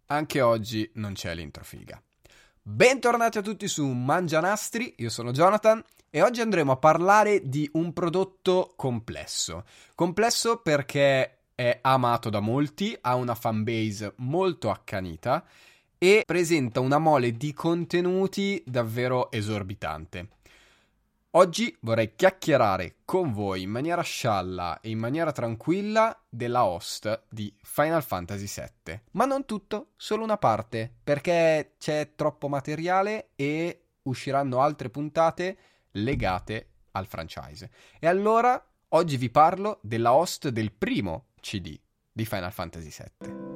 Anche oggi non c'è l'intro figa. Bentornati a tutti su Mangianastri, io sono Jonathan e oggi andremo a parlare di un prodotto complesso. Complesso perché è amato da molti, ha una fanbase molto accanita e presenta una mole di contenuti davvero esorbitante. Oggi vorrei chiacchierare con voi in maniera scialla e in maniera tranquilla della host di Final Fantasy VII. Ma non tutto, solo una parte, perché c'è troppo materiale e usciranno altre puntate legate al franchise. E allora, oggi vi parlo della host del primo CD di Final Fantasy VII.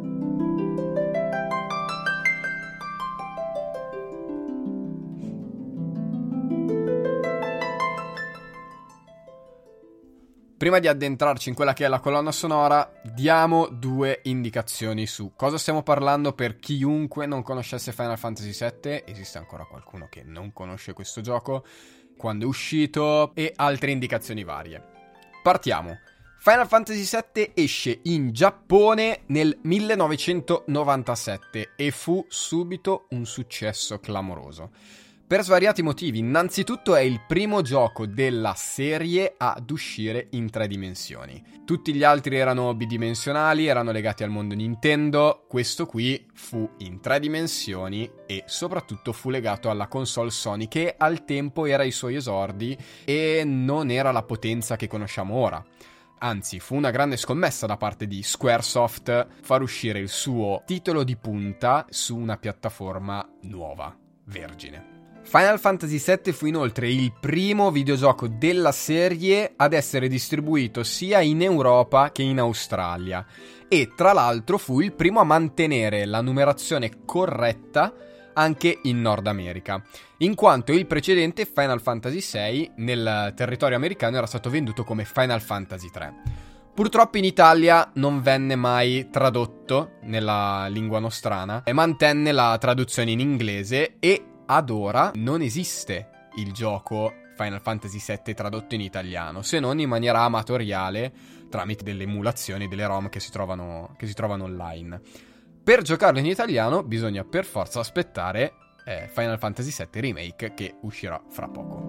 Prima di addentrarci in quella che è la colonna sonora, diamo due indicazioni su cosa stiamo parlando per chiunque non conoscesse Final Fantasy VII. Esiste ancora qualcuno che non conosce questo gioco, quando è uscito e altre indicazioni varie. Partiamo. Final Fantasy VII esce in Giappone nel 1997 e fu subito un successo clamoroso. Per svariati motivi. Innanzitutto è il primo gioco della serie ad uscire in 3 dimensioni. Tutti gli altri erano bidimensionali, erano legati al mondo Nintendo. Questo qui fu in 3 dimensioni e soprattutto fu legato alla console Sony, che al tempo era ai suoi esordi e non era la potenza che conosciamo ora. Anzi, fu una grande scommessa da parte di Squaresoft far uscire il suo titolo di punta su una piattaforma nuova, vergine. Final Fantasy VII fu inoltre il primo videogioco della serie ad essere distribuito sia in Europa che in Australia e tra l'altro fu il primo a mantenere la numerazione corretta anche in Nord America, in quanto il precedente Final Fantasy VI nel territorio americano era stato venduto come Final Fantasy III. Purtroppo in Italia non venne mai tradotto nella lingua nostrana e mantenne la traduzione in inglese e ad ora non esiste il gioco Final Fantasy VII tradotto in italiano, se non in maniera amatoriale tramite delle emulazioni, delle ROM che si trovano online. Per giocarlo in italiano bisogna per forza aspettare Final Fantasy VII Remake, che uscirà fra poco.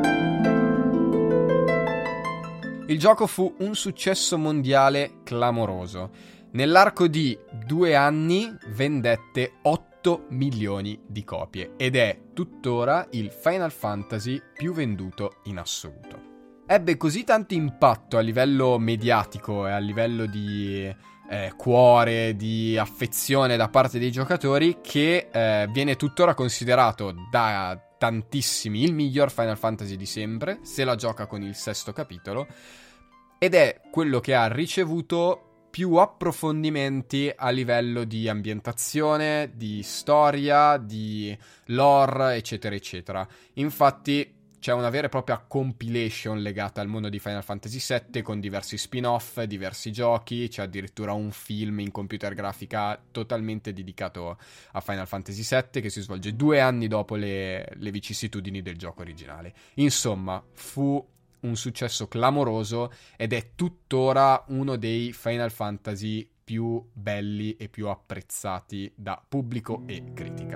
Il gioco fu un successo mondiale clamoroso. Nell'arco di 2 anni vendette 8 milioni di copie ed è tuttora il Final Fantasy più venduto in assoluto. Ebbe così tanto impatto a livello mediatico e a livello di cuore, di affezione da parte dei giocatori che viene tuttora considerato da tantissimi il miglior Final Fantasy di sempre, se la gioca con il 6º capitolo, ed è quello che ha ricevuto più approfondimenti a livello di ambientazione, di storia, di lore, eccetera, eccetera. Infatti c'è una vera e propria compilation legata al mondo di Final Fantasy VII con diversi spin-off, diversi giochi, c'è addirittura un film in computer grafica totalmente dedicato a Final Fantasy VII che si svolge 2 anni dopo le vicissitudini del gioco originale. Insomma, fu un successo clamoroso ed è tuttora uno dei Final Fantasy più belli e più apprezzati da pubblico e critica.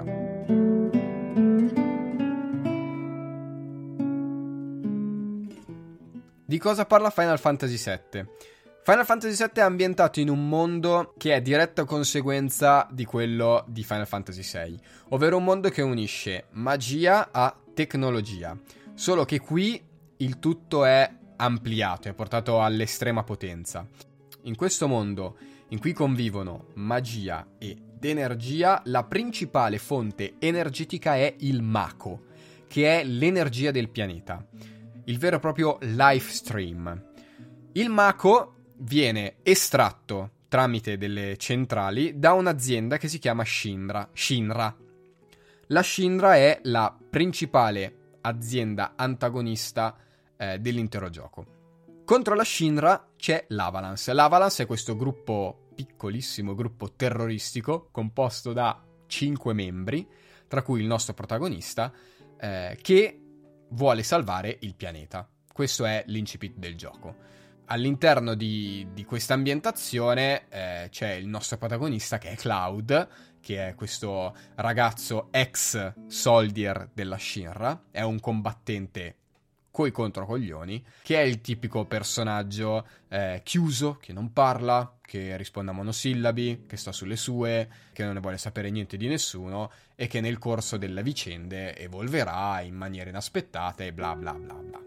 Di cosa parla Final Fantasy VII? Final Fantasy VII è ambientato in un mondo che è diretta conseguenza di quello di Final Fantasy VI, ovvero un mondo che unisce magia a tecnologia, solo che qui il tutto è ampliato, è portato all'estrema potenza. In questo mondo in cui convivono magia ed energia, la principale fonte energetica è il Mako, che è l'energia del pianeta, il vero e proprio life stream. Il Mako viene estratto tramite delle centrali da un'azienda che si chiama Shinra. La Shinra è la principale azienda antagonista dell'intero gioco. Contro la Shinra c'è l'Avalance. L'Avalance è questo piccolissimo gruppo terroristico composto da 5 membri, tra cui il nostro protagonista, che vuole salvare il pianeta. Questo è l'incipit del gioco. all'interno di questa ambientazione c'è il nostro protagonista che è Cloud, che è questo ragazzo ex soldier della Shinra, è un combattente coi controcoglioni, che è il tipico personaggio chiuso, che non parla, che risponde a monosillabi, che sta sulle sue, che non ne vuole sapere niente di nessuno e che nel corso delle vicende evolverà in maniere inaspettate e bla bla bla bla.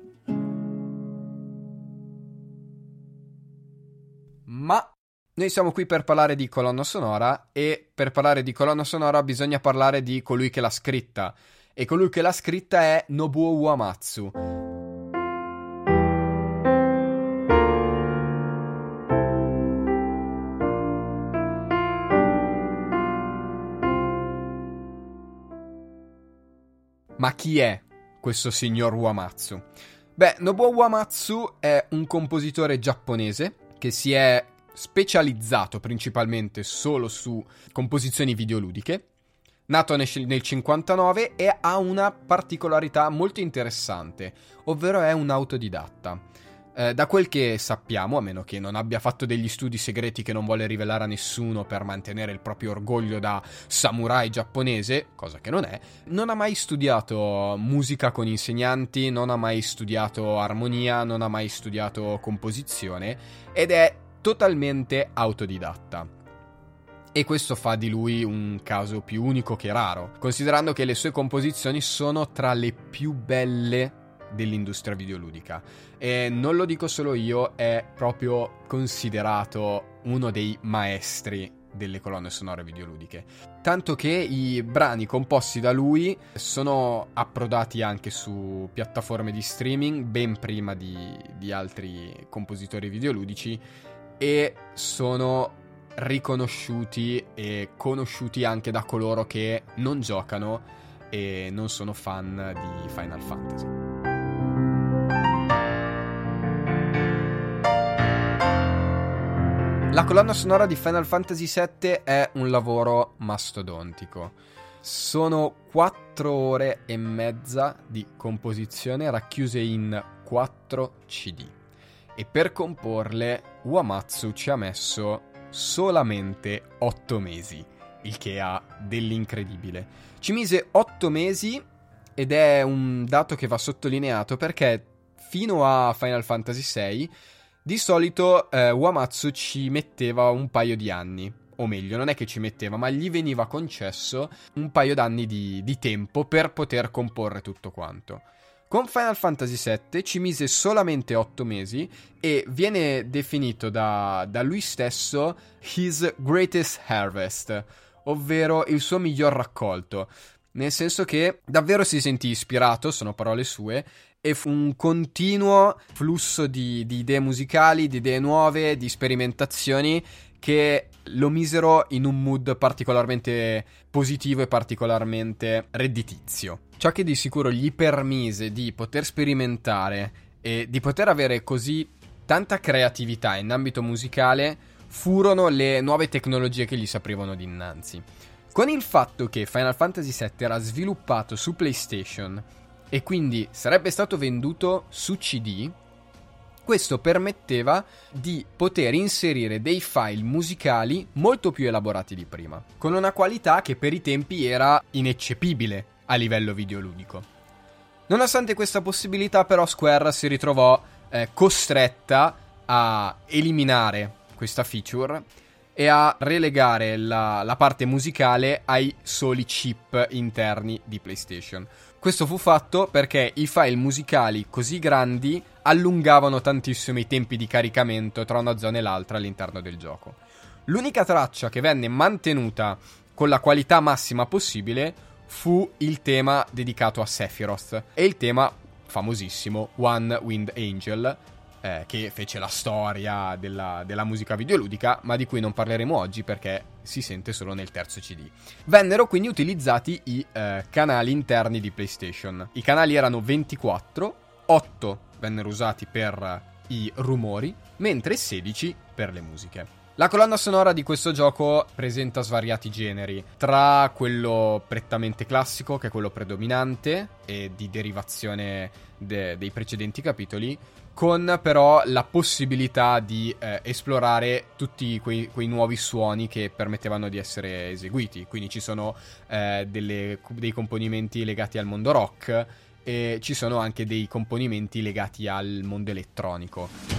Ma noi siamo qui per parlare di colonna sonora, e per parlare di colonna sonora bisogna parlare di colui che l'ha scritta, e colui che l'ha scritta è Nobuo Uematsu. Ma chi è questo signor Uematsu? Beh, Nobuo Uematsu è un compositore giapponese che si è specializzato principalmente solo su composizioni videoludiche, nato nel 1959 e ha una particolarità molto interessante, ovvero è un autodidatta. Da quel che sappiamo, a meno che non abbia fatto degli studi segreti che non vuole rivelare a nessuno per mantenere il proprio orgoglio da samurai giapponese, cosa che non è, non ha mai studiato musica con insegnanti, non ha mai studiato armonia, non ha mai studiato composizione ed è totalmente autodidatta. E questo fa di lui un caso più unico che raro, considerando che le sue composizioni sono tra le più belle dell'industria videoludica. E non lo dico solo io, è proprio considerato uno dei maestri delle colonne sonore videoludiche. Tanto che i brani composti da lui sono approdati anche su piattaforme di streaming ben prima di altri compositori videoludici e sono riconosciuti e conosciuti anche da coloro che non giocano e non sono fan di Final Fantasy. La colonna sonora di Final Fantasy VII è un lavoro mastodontico. Sono 4 ore e mezza di composizione racchiuse in 4 CD. E per comporle Uematsu ci ha messo solamente 8 mesi, il che ha dell'incredibile. Ci mise 8 mesi ed è un dato che va sottolineato perché fino a Final Fantasy VI di solito Uematsu ci metteva un paio di anni, o meglio, non è che ci metteva, ma gli veniva concesso un paio d'anni di tempo per poter comporre tutto quanto. Con Final Fantasy VII ci mise solamente 8 mesi e viene definito da lui stesso his greatest harvest, ovvero il suo miglior raccolto, nel senso che davvero si sentì ispirato, sono parole sue, e fu un continuo flusso di idee musicali, di idee nuove, di sperimentazioni che lo misero in un mood particolarmente positivo e particolarmente redditizio. Ciò che di sicuro gli permise di poter sperimentare e di poter avere così tanta creatività in ambito musicale furono le nuove tecnologie che gli si aprivano dinanzi. Con il fatto che Final Fantasy VII era sviluppato su PlayStation e quindi sarebbe stato venduto su CD, questo permetteva di poter inserire dei file musicali molto più elaborati di prima, con una qualità che per i tempi era ineccepibile a livello videoludico. Nonostante questa possibilità, però, Square si ritrovò costretta a eliminare questa feature e a relegare la parte musicale ai soli chip interni di PlayStation. Questo fu fatto perché i file musicali così grandi allungavano tantissimo i tempi di caricamento tra una zona e l'altra all'interno del gioco. L'unica traccia che venne mantenuta con la qualità massima possibile fu il tema dedicato a Sephiroth e il tema famosissimo One Wind Angel, che fece la storia della musica videoludica, ma di cui non parleremo oggi perché si sente solo nel terzo CD. Vennero quindi utilizzati i canali interni di PlayStation. I canali erano 24, 8 vennero usati per i rumori, mentre 16 per le musiche. La colonna sonora di questo gioco presenta svariati generi, tra quello prettamente classico, che è quello predominante e di derivazione dei precedenti capitoli, con però la possibilità di esplorare tutti quei nuovi suoni che permettevano di essere eseguiti. Quindi ci sono dei componimenti legati al mondo rock e ci sono anche dei componimenti legati al mondo elettronico.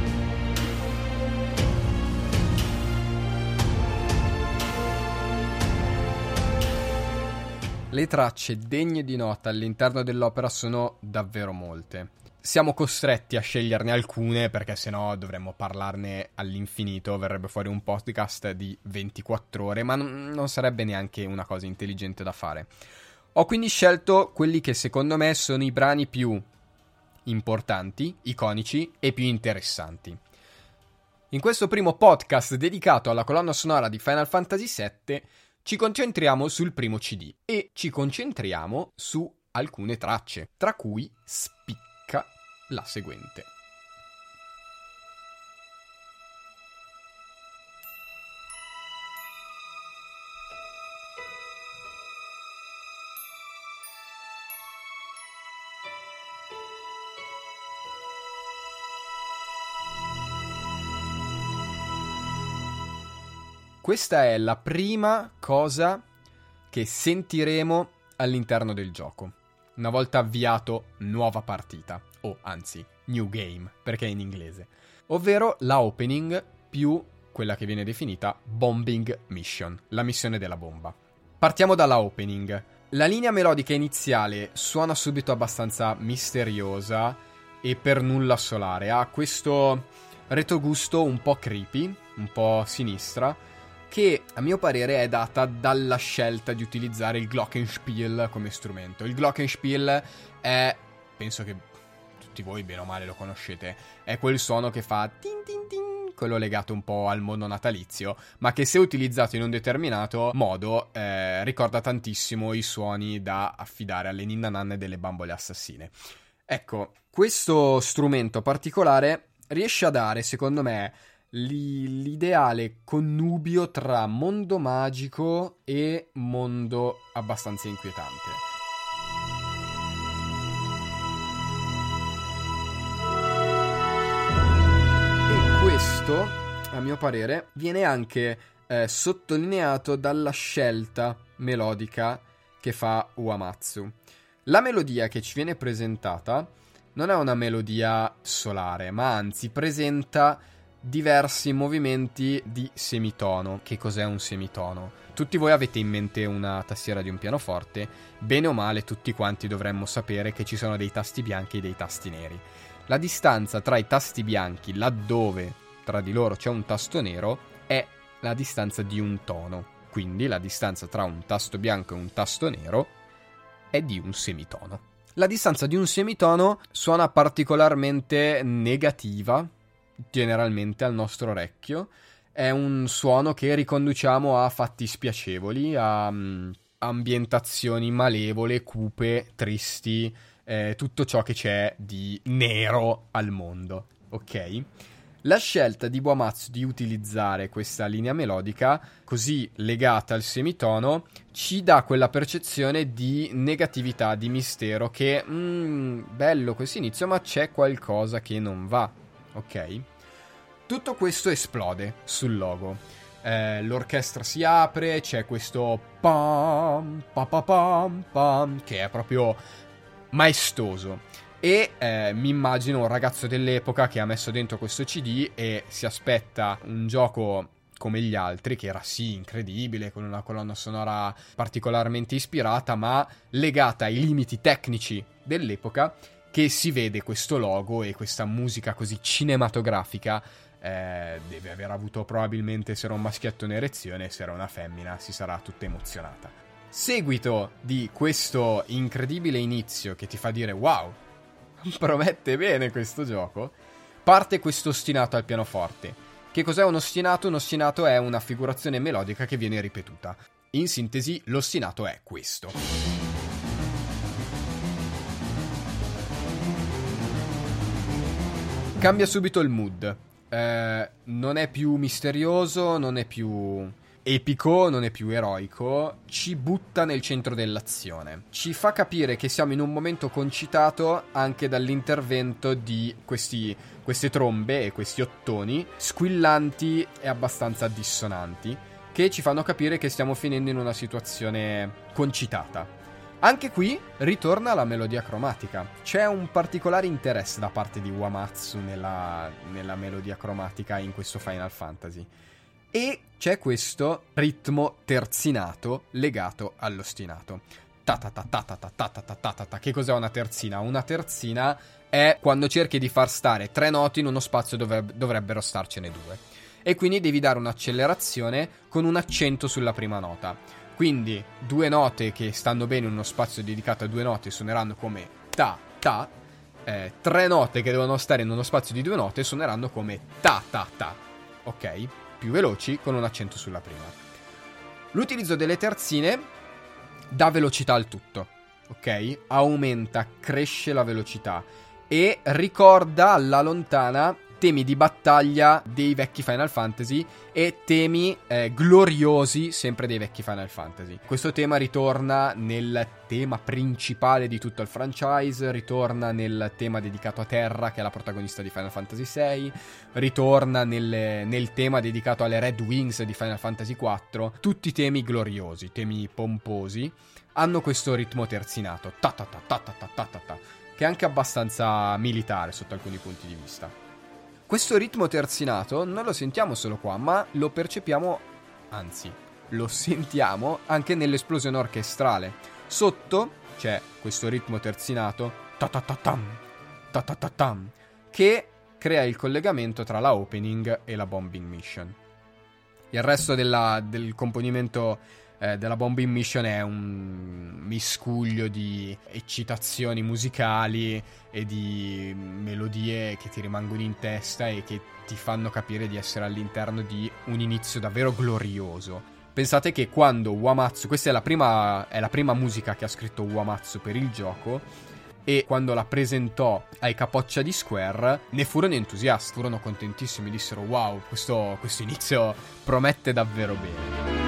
Le tracce degne di nota all'interno dell'opera sono davvero molte. Siamo costretti a sceglierne alcune perché sennò dovremmo parlarne all'infinito, verrebbe fuori un podcast di 24 ore, ma non sarebbe neanche una cosa intelligente da fare. Ho quindi scelto quelli che secondo me sono i brani più importanti, iconici e più interessanti. In questo primo podcast dedicato alla colonna sonora di Final Fantasy VII ci concentriamo sul primo CD e ci concentriamo su alcune tracce, tra cui spicca la seguente. Questa è la prima cosa che sentiremo all'interno del gioco, una volta avviato nuova partita, o anzi, new game, perché è in inglese, ovvero la opening più quella che viene definita bombing mission, la missione della bomba. Partiamo dalla opening. La linea melodica iniziale suona subito abbastanza misteriosa e per nulla solare, ha questo retrogusto un po' creepy, un po' sinistra, che a mio parere è data dalla scelta di utilizzare il glockenspiel come strumento. Il glockenspiel è, penso che tutti voi bene o male lo conoscete, è quel suono che fa tin tin tin, quello legato un po' al mondo natalizio, ma che se utilizzato in un determinato modo ricorda tantissimo i suoni da affidare alle ninna nanne delle bambole assassine. Ecco, questo strumento particolare riesce a dare, secondo me, l'ideale connubio tra mondo magico e mondo abbastanza inquietante. E questo, a mio parere, viene anche sottolineato dalla scelta melodica che fa Uematsu. La melodia che ci viene presentata non è una melodia solare, ma anzi presenta diversi movimenti di semitono. Che cos'è un semitono? Tutti voi avete in mente una tastiera di un pianoforte, bene o male tutti quanti dovremmo sapere che ci sono dei tasti bianchi e dei tasti neri. La distanza tra i tasti bianchi, laddove tra di loro c'è un tasto nero, è la distanza di un tono. Quindi la distanza tra un tasto bianco e un tasto nero è di un semitono. La distanza di un semitono suona particolarmente negativa, generalmente al nostro orecchio. È un suono che riconduciamo a fatti spiacevoli, a ambientazioni malevole, cupe, tristi, tutto ciò che c'è di nero al mondo, ok? La scelta di Uematsu di utilizzare questa linea melodica così legata al semitono ci dà quella percezione di negatività, di mistero, che bello questo inizio, ma c'è qualcosa che non va. Ok? Tutto questo esplode sul logo. L'orchestra si apre, c'è questo pam pa pa pam pam che è proprio maestoso. E mi immagino un ragazzo dell'epoca che ha messo dentro questo CD e si aspetta un gioco come gli altri, che era sì incredibile, con una colonna sonora particolarmente ispirata, ma legata ai limiti tecnici dell'epoca, che si vede questo logo e questa musica così cinematografica. Deve aver avuto probabilmente, se era un maschietto, un'erezione, se era una femmina si sarà tutta emozionata. Seguito di questo incredibile inizio che ti fa dire wow, promette bene questo gioco, parte questo ostinato al pianoforte. Che cos'è un ostinato? Un ostinato è una figurazione melodica che viene ripetuta. In sintesi, l'ostinato è questo. Cambia subito il mood. Non è più misterioso, non è più epico, non è più eroico, ci butta nel centro dell'azione. Ci fa capire che siamo in un momento concitato anche dall'intervento di queste trombe e questi ottoni squillanti e abbastanza dissonanti, che ci fanno capire che stiamo finendo in una situazione concitata. Anche qui ritorna la melodia cromatica. C'è un particolare interesse da parte di Uematsu nella melodia cromatica in questo Final Fantasy. E c'è questo ritmo terzinato legato all'ostinato. Ta ta ta ta ta ta ta ta ta ta ta. Che cos'è una terzina? Una terzina è quando cerchi di far stare 3 note in uno spazio dove dovrebbero starcene 2. E quindi devi dare un'accelerazione con un accento sulla prima nota. Quindi 2 note che stanno bene in uno spazio dedicato a 2 note suoneranno come ta ta. 3 note che devono stare in uno spazio di 2 note suoneranno come ta ta ta. Ok? Più veloci con un accento sulla prima. L'utilizzo delle terzine dà velocità al tutto, ok? Aumenta, cresce la velocità e ricorda alla lontana temi di battaglia dei vecchi Final Fantasy e temi gloriosi sempre dei vecchi Final Fantasy. Questo tema ritorna nel tema principale di tutto il franchise, ritorna nel tema dedicato a Terra, che è la protagonista di Final Fantasy VI, ritorna nel tema dedicato alle Red Wings di Final Fantasy IV. Tutti temi gloriosi, temi pomposi, hanno questo ritmo terzinato, ta ta ta ta ta ta ta ta ta, che è anche abbastanza militare sotto alcuni punti di vista. Questo ritmo terzinato non lo sentiamo solo qua, ma lo percepiamo, anzi, lo sentiamo anche nell'esplosione orchestrale. Sotto c'è questo ritmo terzinato, ta-ta-ta-tam, che crea il collegamento tra la opening e la bombing mission. Il resto del componimento della bombing mission è un miscuglio di eccitazioni musicali e di melodie che ti rimangono in testa e che ti fanno capire di essere all'interno di un inizio davvero glorioso. Pensate che quando Uematsu, questa è la prima musica che ha scritto Uematsu per il gioco, e quando la presentò ai capoccia di Square ne furono entusiasti, furono contentissimi, dissero wow, questo inizio promette davvero bene.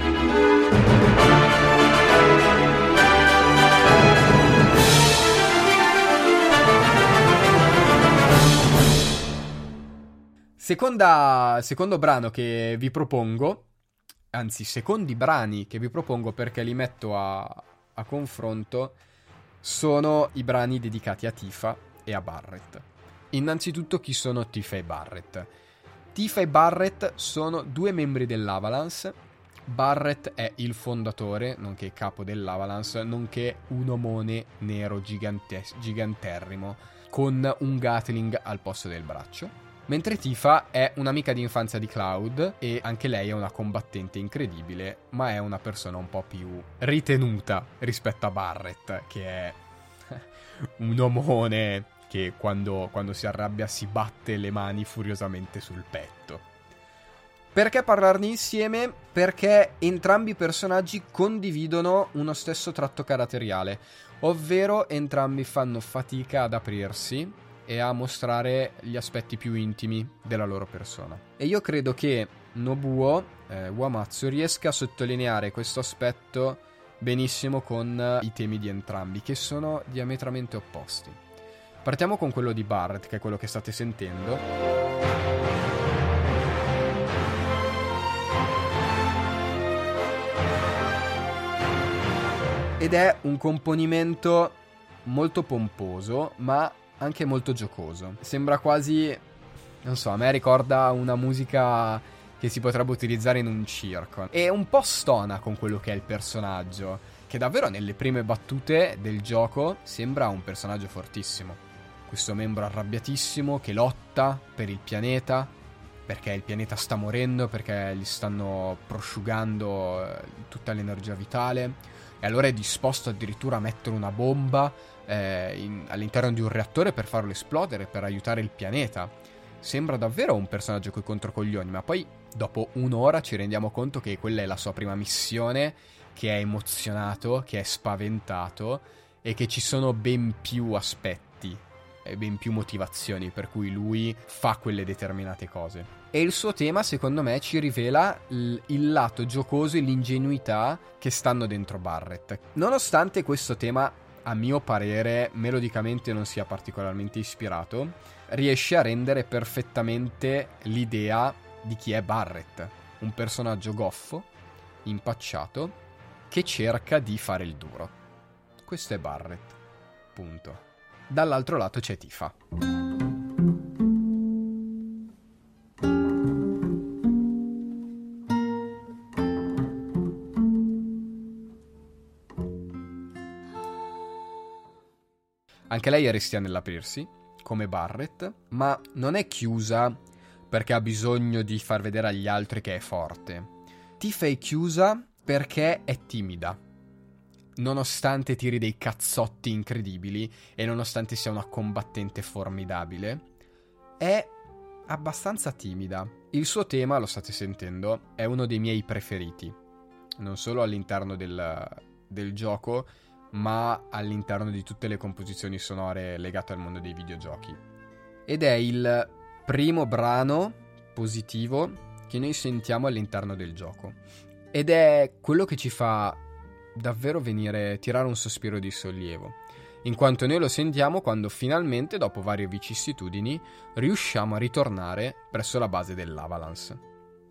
Secondo brano che vi propongo, anzi secondi brani che vi propongo perché li metto a confronto, sono i brani dedicati a Tifa e a Barret. Innanzitutto, chi sono Tifa e Barret? Tifa e Barret sono 2 membri dell'Avalanche. Barret è il fondatore, nonché capo dell'Avalanche, nonché un omone nero giganterrimo con un Gatling al posto del braccio. Mentre Tifa è un'amica di infanzia di Cloud e anche lei è una combattente incredibile, ma è una persona un po' più ritenuta rispetto a Barret, che è un omone che quando si arrabbia si batte le mani furiosamente sul petto. Perché parlarne insieme? Perché entrambi i personaggi condividono uno stesso tratto caratteriale, ovvero entrambi fanno fatica ad aprirsi e a mostrare gli aspetti più intimi della loro persona. E io credo che Nobuo Uematsu riesca a sottolineare questo aspetto benissimo con i temi di entrambi, che sono diametralmente opposti. Partiamo con quello di Barret, che è quello che state sentendo. Ed è un componimento molto pomposo, ma anche molto giocoso. Sembra quasi, non so, a me ricorda una musica che si potrebbe utilizzare in un circo. E un po' stona con quello che è il personaggio, che davvero nelle prime battute del gioco sembra un personaggio fortissimo. Questo membro arrabbiatissimo che lotta per il pianeta, perché il pianeta sta morendo, perché gli stanno prosciugando tutta l'energia vitale, e allora è disposto addirittura a mettere una bomba all'interno di un reattore per farlo esplodere, per aiutare il pianeta. Sembra davvero un personaggio coi controcoglioni, ma poi dopo un'ora ci rendiamo conto che quella è la sua prima missione, che è emozionato, che è spaventato e che ci sono ben più aspetti e ben più motivazioni per cui lui fa quelle determinate cose. E il suo tema, secondo me, ci rivela il lato giocoso e l'ingenuità che stanno dentro Barrett. Nonostante questo tema, a mio parere, melodicamente non sia particolarmente ispirato, riesce a rendere perfettamente l'idea di chi è Barrett. Un personaggio goffo, impacciato, che cerca di fare il duro. Questo è Barrett. Punto. Dall'altro lato c'è Tifa. Anche lei è restia nell'aprirsi, come Barrett, ma non è chiusa perché ha bisogno di far vedere agli altri che è forte. Tifa è chiusa perché è timida. Nonostante tiri dei cazzotti incredibili e nonostante sia una combattente formidabile, è abbastanza timida. Il suo tema, lo state sentendo, è uno dei miei preferiti. Non solo all'interno del gioco, ma all'interno di tutte le composizioni sonore legate al mondo dei videogiochi. Ed è il primo brano positivo che noi sentiamo all'interno del gioco. Ed è quello che ci fa davvero tirare un sospiro di sollievo, in quanto noi lo sentiamo quando finalmente, dopo varie vicissitudini, riusciamo a ritornare presso la base dell'Avalance.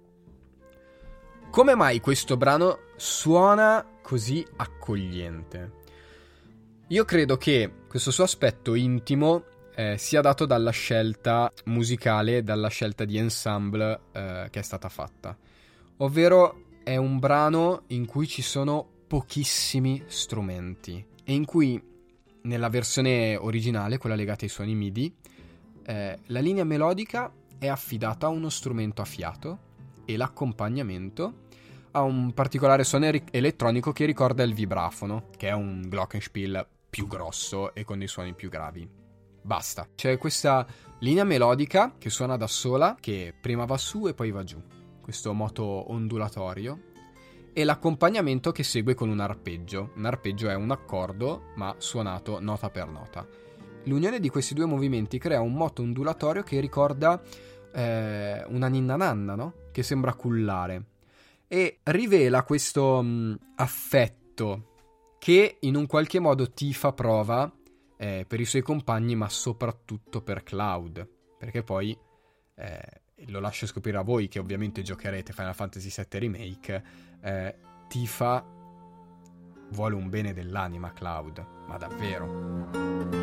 Come mai questo brano suona così accogliente? Io credo che questo suo aspetto intimo sia dato dalla scelta musicale, dalla scelta di ensemble che è stata fatta. Ovvero è un brano in cui ci sono pochissimi strumenti e in cui nella versione originale, quella legata ai suoni MIDI, la linea melodica è affidata a uno strumento a fiato e l'accompagnamento a un particolare suono elettronico che ricorda il vibrafono, che è un glockenspiel più grosso e con dei suoni più gravi. Basta. C'è questa linea melodica che suona da sola, che prima va su e poi va giù. Questo moto ondulatorio. E l'accompagnamento che segue con un arpeggio. Un arpeggio è un accordo, ma suonato nota per nota. L'unione di questi due movimenti crea un moto ondulatorio che ricorda una ninna nanna, no? Che sembra cullare. E rivela questo affetto che in un qualche modo Tifa prova per i suoi compagni, ma soprattutto per Cloud, perché poi lo lascio scoprire a voi che ovviamente giocherete Final Fantasy VII Remake. Tifa vuole un bene dell'anima a Cloud, ma davvero.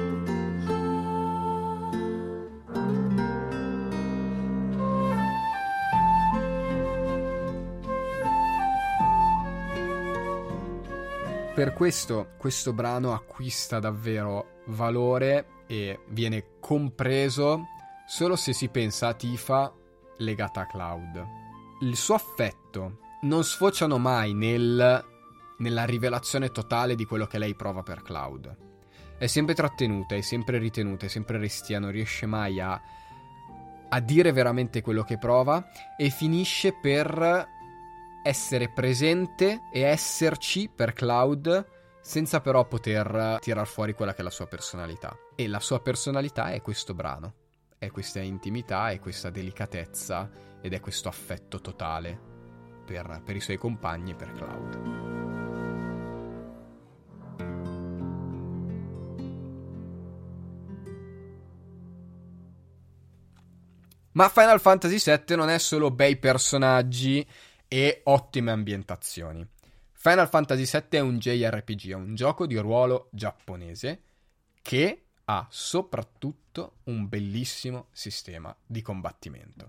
Per questo brano acquista davvero valore e viene compreso solo se si pensa a Tifa legata a Cloud. Il suo affetto non sfociano mai nella rivelazione totale di quello che lei prova per Cloud. È sempre trattenuta, è sempre ritenuta, è sempre restia, non riesce mai a dire veramente quello che prova e finisce per essere presente e esserci per Cloud senza però poter tirar fuori quella che è la sua personalità. E la sua personalità è questo brano, è questa intimità, è questa delicatezza ed è questo affetto totale per i suoi compagni e per Cloud. Ma Final Fantasy VII non è solo bei personaggi e ottime ambientazioni. Final Fantasy VII è un JRPG, è un gioco di ruolo giapponese che ha soprattutto un bellissimo sistema di combattimento.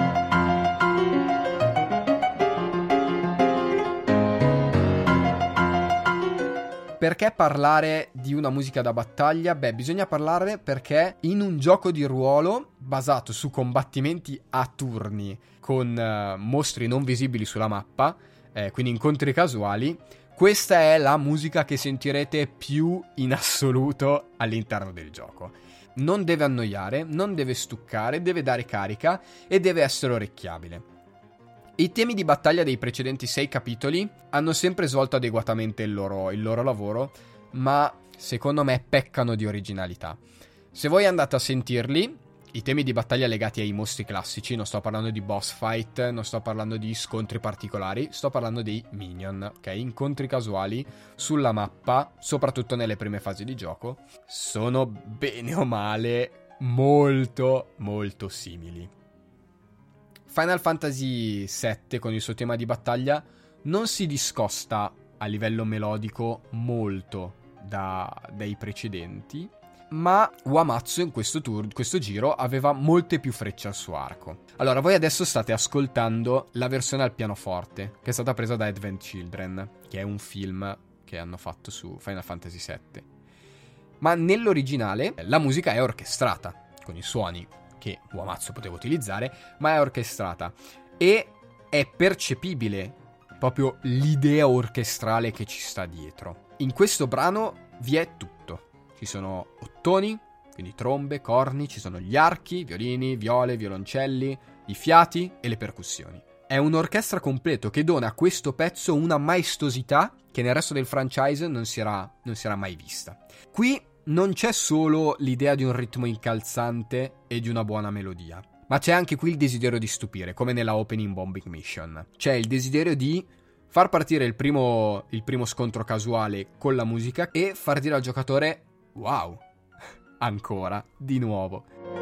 Perché parlare di una musica da battaglia? Beh, bisogna parlarne perché in un gioco di ruolo basato su combattimenti a turni con mostri non visibili sulla mappa, quindi incontri casuali, questa è la musica che sentirete più in assoluto all'interno del gioco. Non deve annoiare, non deve stuccare, deve dare carica e deve essere orecchiabile. I temi di battaglia dei precedenti 6 capitoli hanno sempre svolto adeguatamente il loro lavoro, ma secondo me peccano di originalità. Se voi andate a sentirli, i temi di battaglia legati ai mostri classici, non sto parlando di boss fight, non sto parlando di scontri particolari, sto parlando dei minion, ok? Incontri casuali sulla mappa, soprattutto nelle prime fasi di gioco, sono bene o male molto molto simili. Final Fantasy VII con il suo tema di battaglia non si discosta a livello melodico molto dai precedenti, ma Uematsu in questo giro aveva molte più frecce al suo arco. Allora, voi adesso state ascoltando la versione al pianoforte, che è stata presa da Advent Children, che è un film che hanno fatto su Final Fantasy VII. Ma nell'originale la musica è orchestrata, con i suoni che Uematsu poteva utilizzare, ma è orchestrata. E è percepibile proprio l'idea orchestrale che ci sta dietro. In questo brano vi è tutto. Ci sono ottoni, quindi trombe, corni, ci sono gli archi, violini, viole, violoncelli, i fiati e le percussioni. È un'orchestra completo che dona a questo pezzo una maestosità che nel resto del franchise non si era mai vista. Qui non c'è solo l'idea di un ritmo incalzante e di una buona melodia, ma c'è anche qui il desiderio di stupire, come nella opening Bombing Mission. C'è il desiderio di far partire il primo scontro casuale con la musica e far dire al giocatore wow, ancora, di nuovo.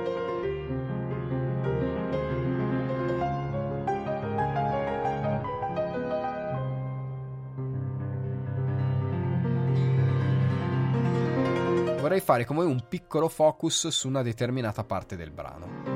Vorrei fare con voi un piccolo focus su una determinata parte del brano.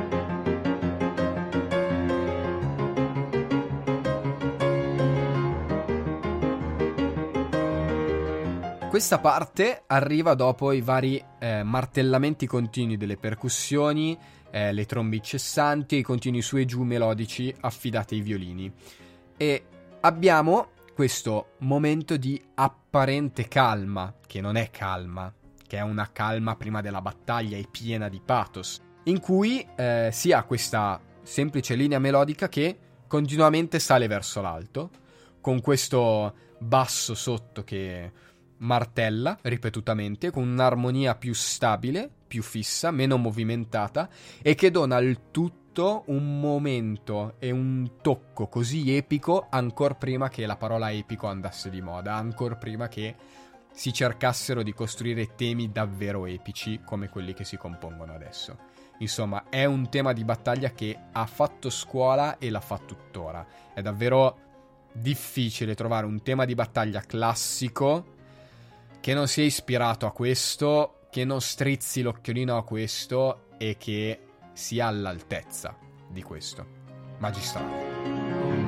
Questa parte arriva dopo i vari martellamenti continui delle percussioni, le trombe incessanti e i continui su e giù melodici affidati ai violini. E abbiamo questo momento di apparente calma, che non è calma, che è una calma prima della battaglia e piena di pathos, in cui si ha questa semplice linea melodica che continuamente sale verso l'alto, con questo basso sotto che martella ripetutamente, con un'armonia più stabile, più fissa, meno movimentata, e che dona al tutto un momento e un tocco così epico ancor prima che la parola epico andasse di moda, ancor prima che si cercassero di costruire temi davvero epici come quelli che si compongono adesso. Insomma, è un tema di battaglia che ha fatto scuola e la fa tuttora. È davvero difficile trovare un tema di battaglia classico che non sia ispirato a questo, che non strizzi l'occhiolino a questo e che sia all'altezza di questo. Magistrale.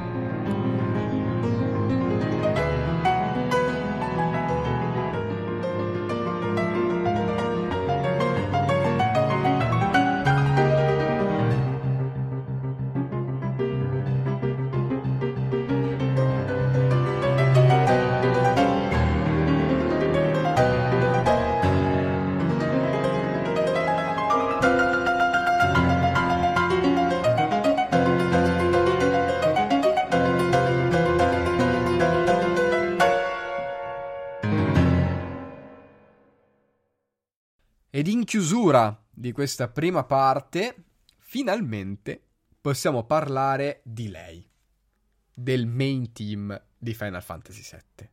Ed in chiusura di questa prima parte, finalmente possiamo parlare di lei, del main team di Final Fantasy VII.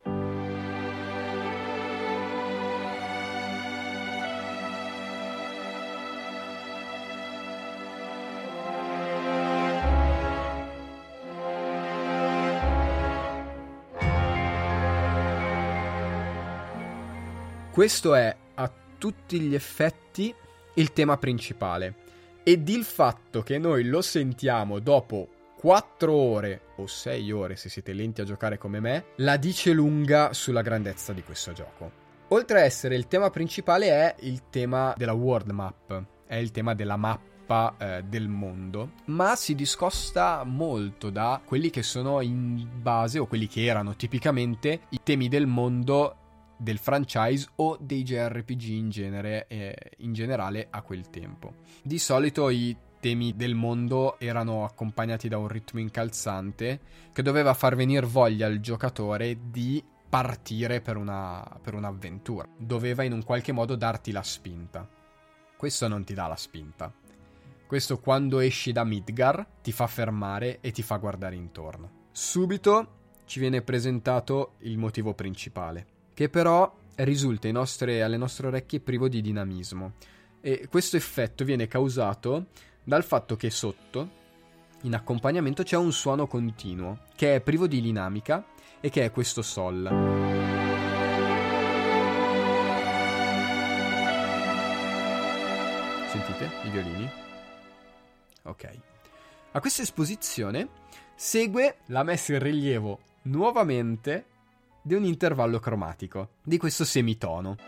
Questo è a tutti gli effetti il tema principale, ed il fatto che noi lo sentiamo dopo 4 ore o 6 ore se siete lenti a giocare come me la dice lunga sulla grandezza di questo gioco. Oltre a essere il tema principale, è il tema della world map, è il tema della mappa del mondo, ma si discosta molto da quelli che sono in base, o quelli che erano tipicamente i temi del mondo del franchise o dei JRPG in generale a quel tempo. Di solito i temi del mondo erano accompagnati da un ritmo incalzante che doveva far venire voglia al giocatore di partire per un'avventura. Doveva in un qualche modo darti la spinta. questo non ti dà la spinta. Questo, quando esci da Midgar, ti fa fermare e ti fa guardare intorno. Subito ci viene presentato il motivo principale, che però risulta alle nostre orecchie privo di dinamismo. E questo effetto viene causato dal fatto che sotto, in accompagnamento, c'è un suono continuo, che è privo di dinamica e che è questo sol. Sentite i violini? Ok. A questa esposizione segue la messa in rilievo nuovamente di un intervallo cromatico, di questo semitono.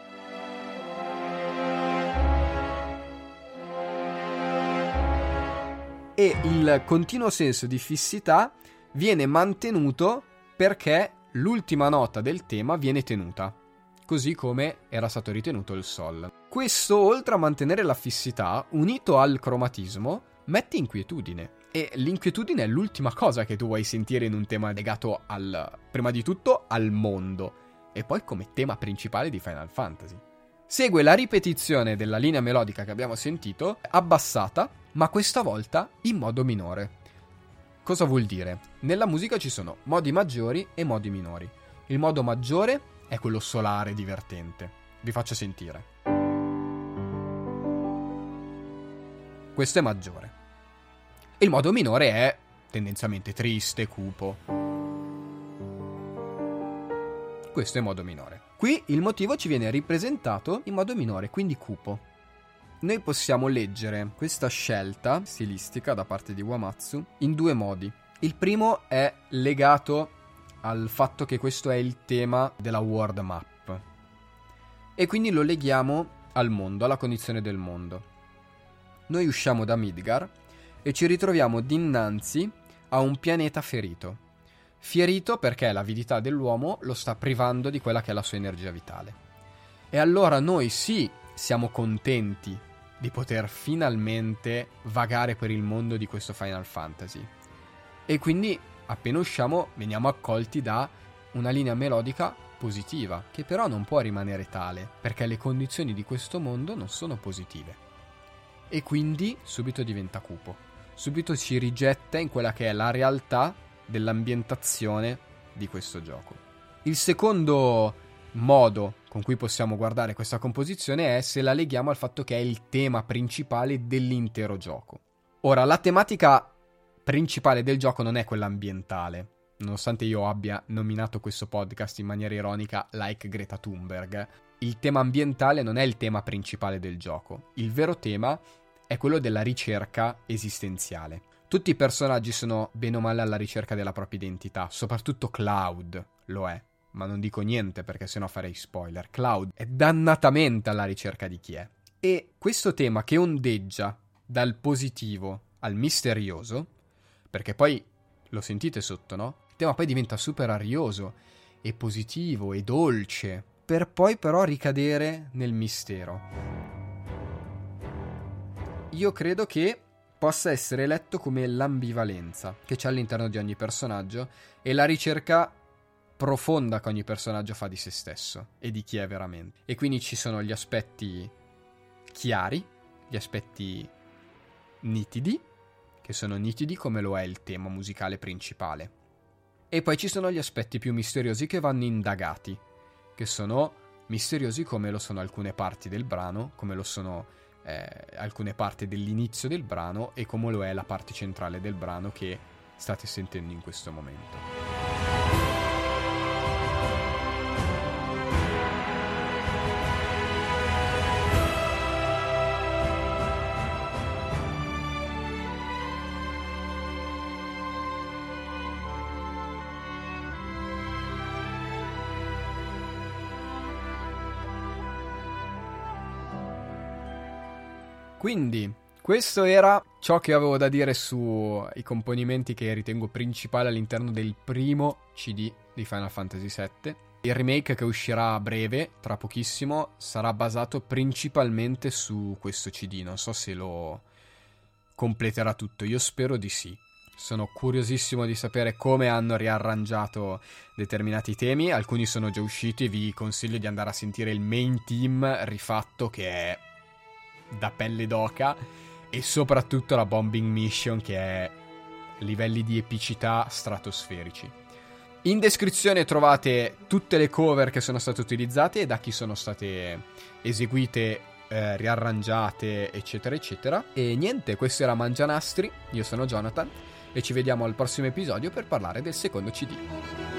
E il continuo senso di fissità viene mantenuto perché l'ultima nota del tema viene tenuta, così come era stato ritenuto il sol. Questo, oltre a mantenere la fissità, unito al cromatismo, mette inquietudine. E l'inquietudine è l'ultima cosa che tu vuoi sentire in un tema legato prima di tutto al mondo, e poi come tema principale di Final Fantasy. Segue la ripetizione della linea melodica che abbiamo sentito, abbassata, ma questa volta in modo minore. Cosa vuol dire? Nella musica ci sono modi maggiori e modi minori. Il modo maggiore è quello solare divertente. Vi faccio sentire. Questo è maggiore. Il modo minore è tendenzialmente triste, cupo. Questo è modo minore. Qui il motivo ci viene rappresentato in modo minore, quindi cupo. Noi possiamo leggere questa scelta stilistica da parte di Uematsu in due modi. Il primo è legato al fatto che questo è il tema della world map. E quindi lo leghiamo al mondo, alla condizione del mondo. Noi usciamo da Midgar e ci ritroviamo dinanzi a un pianeta ferito. Ferito perché l'avidità dell'uomo lo sta privando di quella che è la sua energia vitale. E allora noi sì, siamo contenti di poter finalmente vagare per il mondo di questo Final Fantasy. E quindi, appena usciamo, veniamo accolti da una linea melodica positiva, che però non può rimanere tale, perché le condizioni di questo mondo non sono positive. E quindi subito diventa cupo. Subito ci rigetta in quella che è la realtà dell'ambientazione di questo gioco. Il secondo modo con cui possiamo guardare questa composizione è se la leghiamo al fatto che è il tema principale dell'intero gioco. Ora, la tematica principale del gioco non è quella ambientale, nonostante io abbia nominato questo podcast in maniera ironica like Greta Thunberg. Il tema ambientale non è il tema principale del gioco. Il vero tema è quello della ricerca esistenziale. Tutti i personaggi sono bene o male alla ricerca della propria identità, soprattutto Cloud lo è, ma non dico niente perché sennò farei spoiler. Cloud è dannatamente alla ricerca di chi è. E questo tema che ondeggia dal positivo al misterioso, perché poi lo sentite sotto, no? Il tema poi diventa super arioso e positivo e dolce, per poi però ricadere nel mistero. Io credo che possa essere letto come l'ambivalenza che c'è all'interno di ogni personaggio e la ricerca profonda che ogni personaggio fa di se stesso e di chi è veramente. E quindi ci sono gli aspetti chiari, gli aspetti nitidi, che sono nitidi come lo è il tema musicale principale. E poi ci sono gli aspetti più misteriosi che vanno indagati, che sono misteriosi come lo sono alcune parti del brano, come lo sono alcune parti dell'inizio del brano e come lo è la parte centrale del brano che state sentendo in questo momento. Quindi, questo era ciò che avevo da dire sui componimenti che ritengo principali all'interno del primo CD di Final Fantasy VII. Il remake che uscirà a breve, tra pochissimo, sarà basato principalmente su questo CD. Non so se lo completerà tutto, io spero di sì. Sono curiosissimo di sapere come hanno riarrangiato determinati temi. Alcuni sono già usciti e vi consiglio di andare a sentire il main theme rifatto che è da pelle d'oca, e soprattutto la Bombing Mission, che è livelli di epicità stratosferici. In descrizione trovate tutte le cover che sono state utilizzate e da chi sono state eseguite, riarrangiate, eccetera eccetera. E niente, questo era Mangianastri, io sono Jonathan e ci vediamo al prossimo episodio per parlare del secondo CD.